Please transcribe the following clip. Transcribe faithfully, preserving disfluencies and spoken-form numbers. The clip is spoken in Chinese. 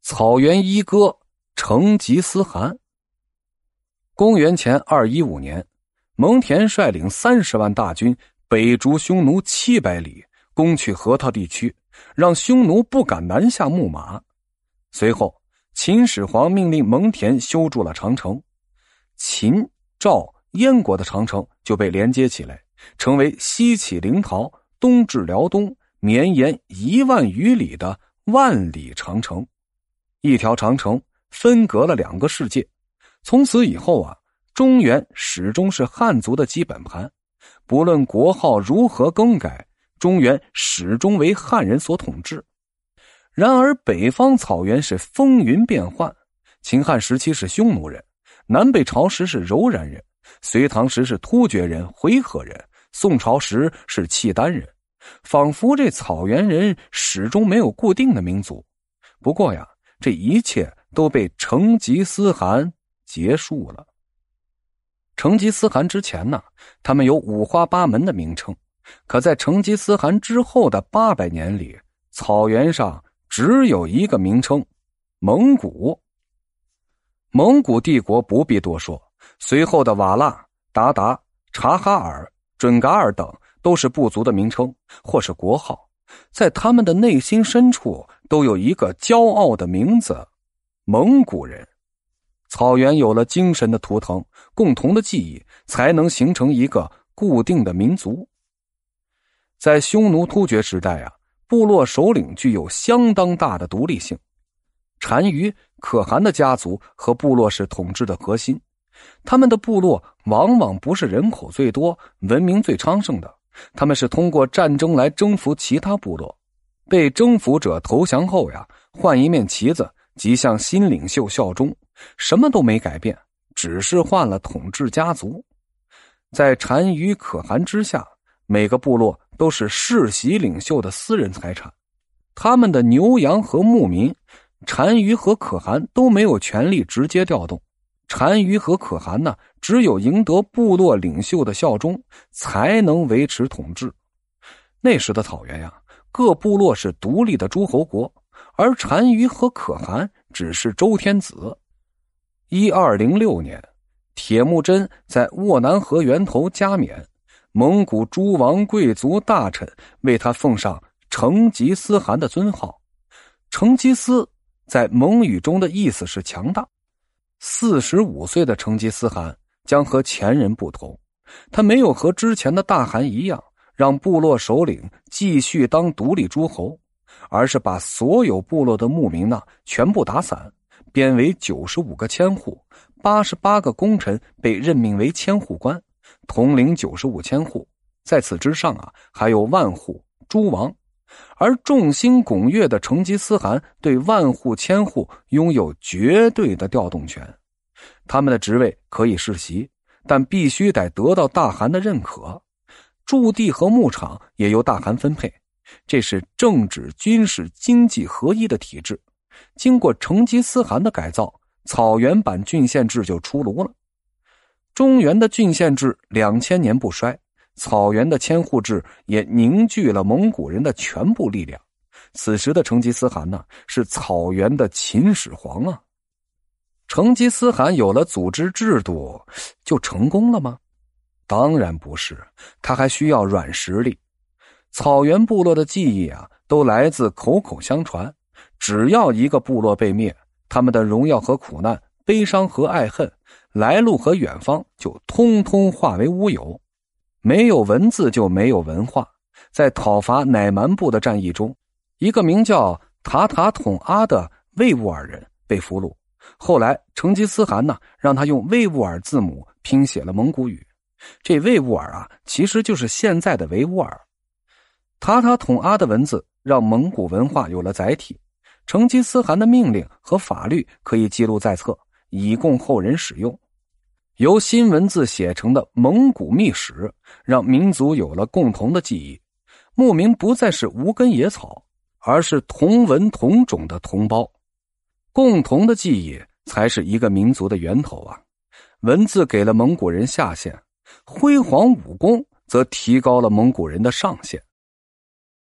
草原一哥成吉思汗。公元前二一五年，蒙恬率领三十万大军北逐匈奴七百里，攻取河套地区，让匈奴不敢南下牧马。随后，秦始皇命令蒙恬修筑了长城，秦、赵、燕国的长城就被连接起来，成为西起临洮，东至辽东，绵延一万余里的万里长城。一条长城分隔了两个世界。从此以后啊，中原始终是汉族的基本盘，不论国号如何更改，中原始终为汉人所统治。然而北方草原是风云变幻，秦汉时期是匈奴人，南北朝时是柔然人，隋唐时是突厥人、回纥人，宋朝时是契丹人，仿佛这草原人始终没有固定的民族。不过呀，这一切都被成吉思汗结束了。成吉思汗之前呢，他们有五花八门的名称，可在成吉思汗之后的八百年里，草原上只有一个名称：蒙古。蒙古帝国不必多说，随后的瓦剌、鞑靼、察哈尔、准噶尔等都是部族的名称或是国号，在他们的内心深处都有一个骄傲的名字：蒙古人。草原有了精神的图腾，共同的记忆，才能形成一个固定的民族。在匈奴突厥时代啊，部落首领具有相当大的独立性。单于、可汗的家族和部落是统治的核心，他们的部落往往不是人口最多、文明最昌盛的，他们是通过战争来征服其他部落。被征服者投降后呀，换一面旗子，即向新领袖效忠，什么都没改变，只是换了统治家族。在单于、可汗之下，每个部落都是世袭领袖的私人财产，他们的牛羊和牧民，单于和可汗都没有权力直接调动。单于和可汗呢，只有赢得部落领袖的效忠，才能维持统治。那时的草原呀，各部落是独立的诸侯国，而单于和可汗只是周天子。一二零六年，铁木真在沃南河源头加冕，蒙古诸王贵族大臣为他奉上成吉思汗的尊号。成吉思在蒙语中的意思是强大。四十五岁的成吉思汗将和前人不同，他没有和之前的大汗一样让部落首领继续当独立诸侯，而是把所有部落的牧民呢全部打散，编为九十五个千户，八十八个功臣被任命为千户官，统领九十五千户。在此之上啊，还有万户、诸王。而众星拱月的成吉思汗对万户千户拥有绝对的调动权，他们的职位可以世袭，但必须得得到大汗的认可。驻地和牧场也由大汗分配，这是政治、军事、经济合一的体制。经过成吉思汗的改造，草原版郡县制就出炉了。中原的郡县制两千年不衰，草原的千户制也凝聚了蒙古人的全部力量。此时的成吉思汗呢，是草原的秦始皇啊。成吉思汗有了组织制度，就成功了吗？当然不是，他还需要软实力。草原部落的记忆啊，都来自口口相传。只要一个部落被灭，他们的荣耀和苦难、悲伤和爱恨、来路和远方就通通化为乌有。没有文字就没有文化。在讨伐乃蛮部的战役中，一个名叫塔塔统阿的维吾尔人被俘虏，后来成吉思汗呢，让他用维吾尔字母拼写了蒙古语。这维吾尔啊，其实就是现在的维吾尔。塔塔统阿的文字让蒙古文化有了载体，成吉思汗的命令和法律可以记录在册，以供后人使用。由新文字写成的蒙古秘史，让民族有了共同的记忆。牧民不再是无根野草，而是同文同种的同胞。共同的记忆才是一个民族的源头啊！文字给了蒙古人下限，辉煌武功则提高了蒙古人的上限。